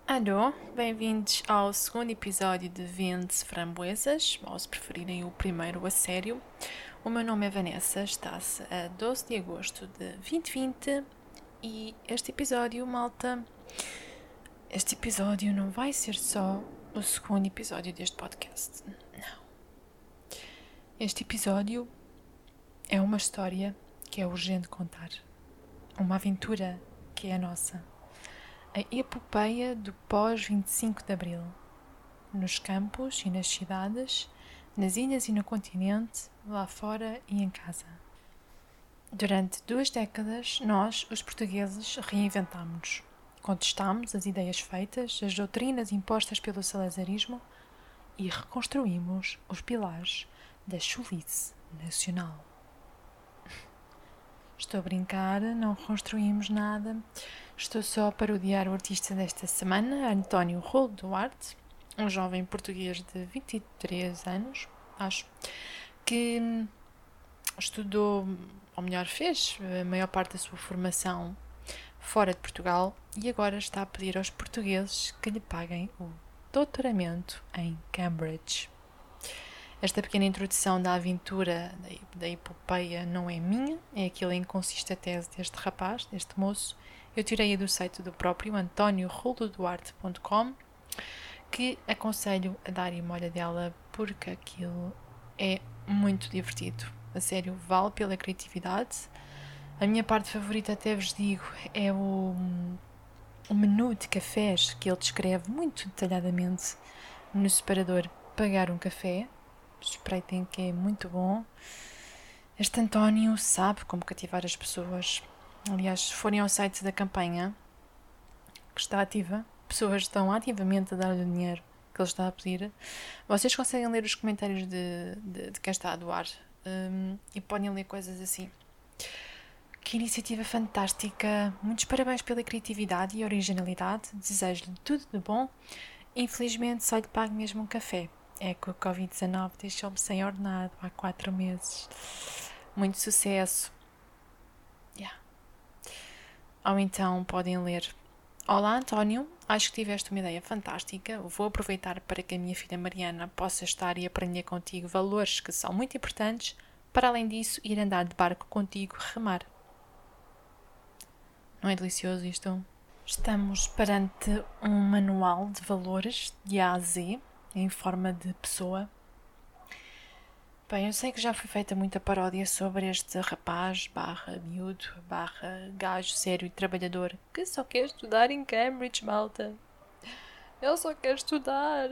Alô, bem-vindos ao segundo episódio de Vende-se Framboesas, ou se preferirem o primeiro a sério. O meu nome é Vanessa, está-se a 12 de agosto de 2020 e este episódio, malta, este episódio não vai ser só o segundo episódio deste podcast, não. Este episódio é uma história que é urgente contar, uma aventura que é a nossa. A epopeia do pós-25 de Abril, nos campos e nas cidades, nas ilhas e no continente, lá fora e em casa. Durante 2 décadas, nós, os portugueses, reinventámos-nos. Contestámos as ideias feitas, as doutrinas impostas pelo salazarismo e reconstruímos os pilares da chulice nacional. Estou a brincar, não reconstruímos nada. Estou só a parodiar o artista desta semana, António Rolo Duarte, um jovem português de 23 anos, acho, que estudou, ou melhor, fez a maior parte da sua formação fora de Portugal e agora está a pedir aos portugueses que lhe paguem o doutoramento em Cambridge. Esta pequena introdução da aventura, da epopeia, não é minha, é aquilo em que consiste a tese deste rapaz, deste moço. Eu tirei-a do site do próprio antonio.roloduarte.com, que aconselho a darem uma olha dela porque aquilo é muito divertido. A sério, vale pela criatividade. A minha parte favorita, até vos digo, é o menu de cafés que ele descreve muito detalhadamente no separador Pagar um Café. Espreitem que é muito bom. Este António sabe como cativar as pessoas. Aliás, se forem ao site da campanha, que está ativa, pessoas estão ativamente a dar-lhe o dinheiro que ele está a pedir. Vocês conseguem ler os comentários de quem está a doar e podem ler coisas assim. Que iniciativa fantástica. Muitos parabéns pela criatividade e originalidade. Desejo-lhe tudo de bom. Infelizmente só lhe pago mesmo um café. É que o Covid-19 deixou-me sem ordenado há 4 meses. Muito sucesso. Yeah. Ou então podem ler: Olá António, acho que tiveste uma ideia fantástica. Vou aproveitar para que a minha filha Mariana possa estar e aprender contigo valores que são muito importantes. Para além disso, ir andar de barco contigo, remar. Não é delicioso isto? Estamos perante um manual de valores de A a Z, em forma de pessoa. Bem, eu sei que já foi feita muita paródia sobre este rapaz, miúdo, gajo sério e trabalhador, que só quer estudar em Cambridge, malta. Ele só quer estudar.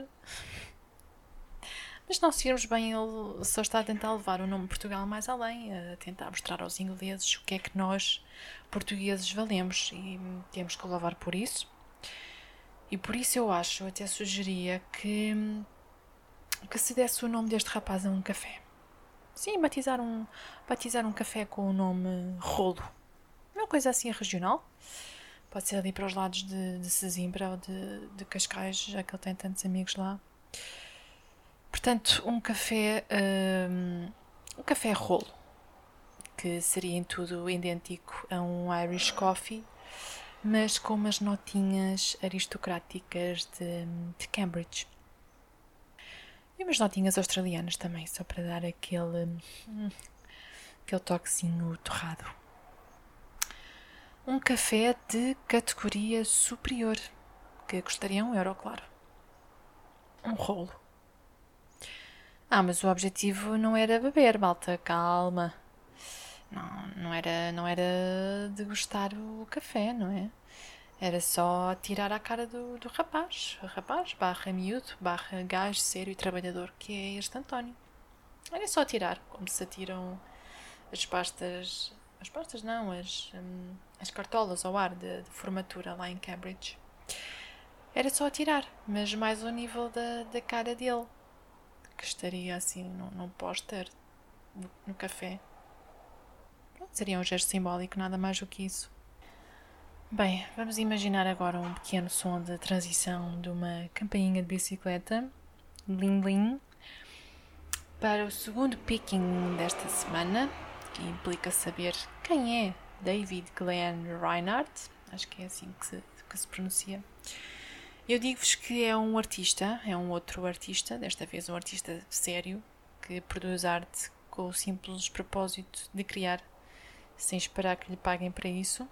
Mas não se virmos bem, ele só está a tentar levar o nome de Portugal mais além, a tentar mostrar aos ingleses o que é que nós, portugueses, valemos e temos que o louvar por isso. E por isso eu acho, eu até sugeria que se desse o nome deste rapaz a um café. Sim, batizar um café com o nome Rolo. Uma coisa assim regional. Pode ser ali para os lados de Sesimbra ou de Cascais, já que ele tem tantos amigos lá. Portanto, um café Rolo, que seria em tudo idêntico a um Irish Coffee, mas com umas notinhas aristocráticas de Cambridge. E umas notinhas australianas também, só para dar aquele toquezinho torrado. Um café de categoria superior, que custaria €1, claro. Um rolo. Mas o objetivo não era beber, malta, calma. Não era degustar o café, não é? Era só tirar a cara do rapaz, miúdo, gajo sério e trabalhador, que é este António. Era só tirar, como se atiram as cartolas ao ar de formatura lá em Cambridge. Era só tirar, mas mais ao nível da cara dele, que estaria assim num póster no café. Seria um gesto simbólico, nada mais do que isso. Bem, vamos imaginar agora um pequeno som de transição de uma campainha de bicicleta, bling bling, para o segundo picking desta semana, que implica saber quem é David Glenn Reinhardt, acho que é assim que se pronuncia. Eu digo-vos que é um artista, é um outro artista, desta vez um artista sério, que produz arte com o simples propósito de criar, sem esperar que lhe paguem para isso.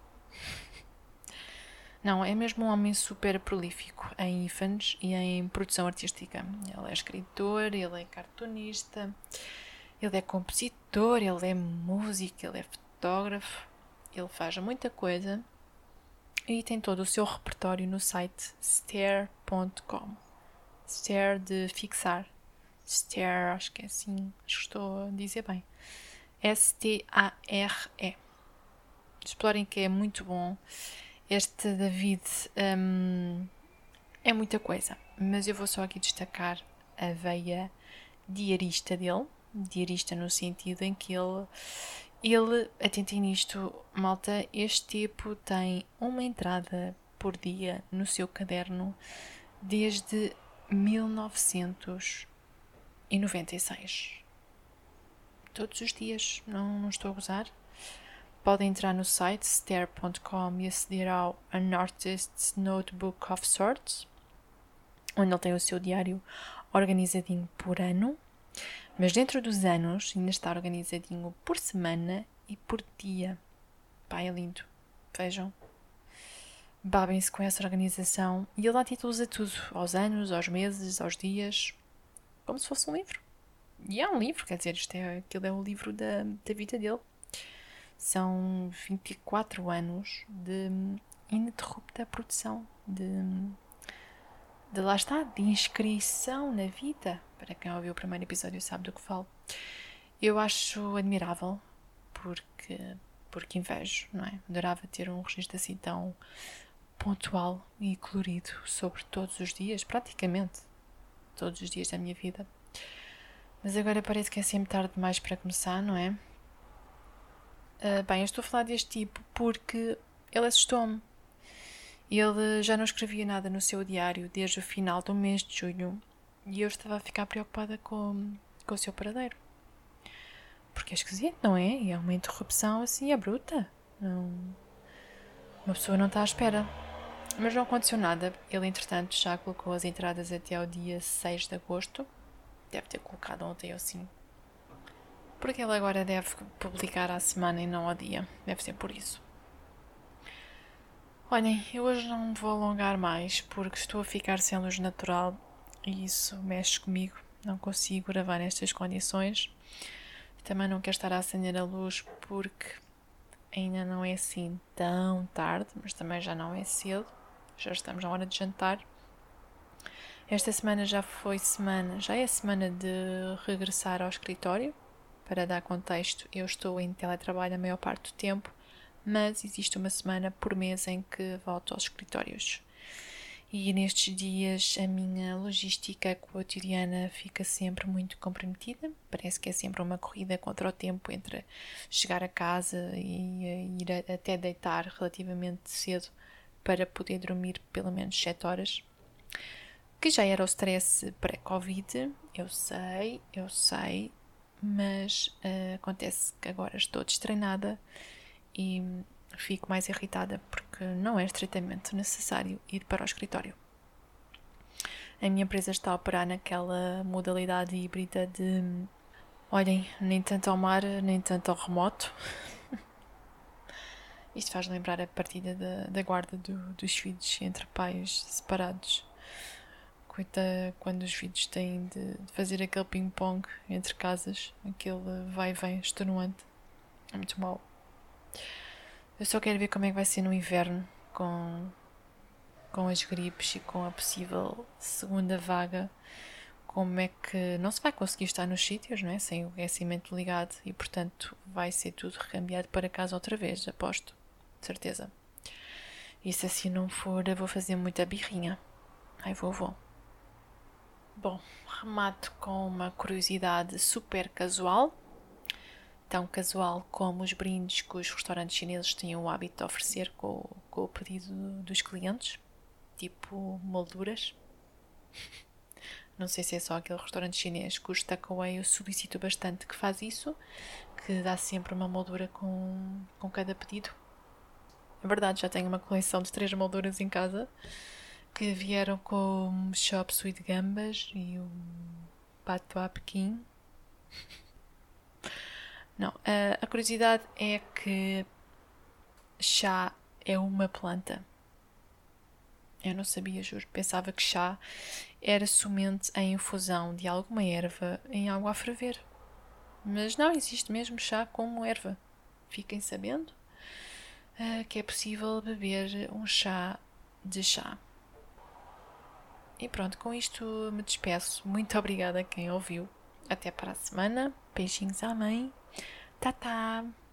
Não, é mesmo um homem super prolífico em ífanes e em produção artística. Ele é escritor, ele é cartunista, ele é compositor, ele é músico, ele é fotógrafo, ele faz muita coisa e tem todo o seu repertório no site stare.com. Stare de fixar. Stare, acho que é assim, acho que estou a dizer bem. S-T-A-R-E. Explorem que é muito bom. Este David é muita coisa, mas eu vou só aqui destacar a veia diarista dele. Diarista no sentido em que ele atentem nisto, malta, este tipo tem uma entrada por dia no seu caderno desde 1996. Todos os dias, não estou a gozar. Podem entrar no site stare.com e aceder ao An Artist's Notebook of Sorts, onde ele tem o seu diário organizadinho por ano, mas dentro dos anos ainda está organizadinho por semana e por dia. Pá, é lindo. Vejam. Babem-se com essa organização e ele dá títulos a tudo, aos anos, aos meses, aos dias, como se fosse um livro. E é um livro, quer dizer, aquilo é o livro da vida dele. São 24 anos de ininterrupta produção, de lá está, de inscrição na vida. Para quem ouviu o primeiro episódio sabe do que falo. Eu acho admirável, porque invejo, não é? Adorava ter um registro assim tão pontual e colorido sobre todos os dias, praticamente todos os dias da minha vida. Mas agora parece que é sempre tarde demais para começar, não é? Bem, eu estou a falar deste tipo porque ele assustou-me. Ele já não escrevia nada no seu diário desde o final do mês de junho e eu estava a ficar preocupada com o seu paradeiro. Porque é esquisito, não é? E é uma interrupção assim abrupta. Uma pessoa não está à espera. Mas não aconteceu nada. Ele, entretanto, já colocou as entradas até ao dia 6 de agosto. Deve ter colocado ontem ou assim. Porque ele agora deve publicar à semana e não ao dia. Deve ser por isso. Olhem, eu hoje não me vou alongar mais porque estou a ficar sem luz natural e isso mexe comigo. Não consigo gravar nestas condições. Também não quero estar a acender a luz porque ainda não é assim tão tarde, mas também já não é cedo. Já estamos na hora de jantar. Esta semana já é semana de regressar ao escritório. Para dar contexto, eu estou em teletrabalho a maior parte do tempo, mas existe uma semana por mês em que volto aos escritórios. E nestes dias a minha logística cotidiana fica sempre muito comprometida. Parece que é sempre uma corrida contra o tempo entre chegar a casa e ir até deitar relativamente cedo para poder dormir pelo menos 7 horas. Que já era o stress pré-Covid, eu sei, mas acontece que agora estou destreinada e fico mais irritada porque não é estritamente necessário ir para o escritório. A minha empresa está a operar naquela modalidade híbrida de, olhem, nem tanto ao mar, nem tanto ao remoto. Isto faz lembrar a partida da guarda dos filhos entre pais separados. Quando os filhos têm de fazer aquele ping-pong entre casas, aquele vai e vem extenuante. É muito mau. Eu só quero ver como é que vai ser no inverno com as gripes e com a possível segunda vaga. Como é que não se vai conseguir estar nos sítios, não é? Sem o aquecimento ligado e, portanto, vai ser tudo recambiado para casa outra vez, aposto. De certeza. E se assim não for, eu vou fazer muita birrinha. Ai, vou. Bom, remato com uma curiosidade super casual. Tão casual como os brindes que os restaurantes chineses têm o hábito de oferecer com o pedido dos clientes. Tipo molduras. Não sei se é só aquele restaurante chinês cujo takeaway eu solicito bastante que faz isso. Que dá sempre uma moldura com cada pedido. É verdade, já tenho uma coleção de 3 molduras em casa. que vieram com o Chop Suey de gambas e o Patois Pequim. Não, a curiosidade é que chá é uma planta. Eu não sabia, juro. Pensava que chá era somente a infusão de alguma erva em água a ferver. Mas não, existe mesmo chá como erva. Fiquem sabendo que é possível beber um chá de chá. E pronto, com isto me despeço. Muito obrigada a quem ouviu. Até para a semana. Beijinhos à mãe. Tá, tá.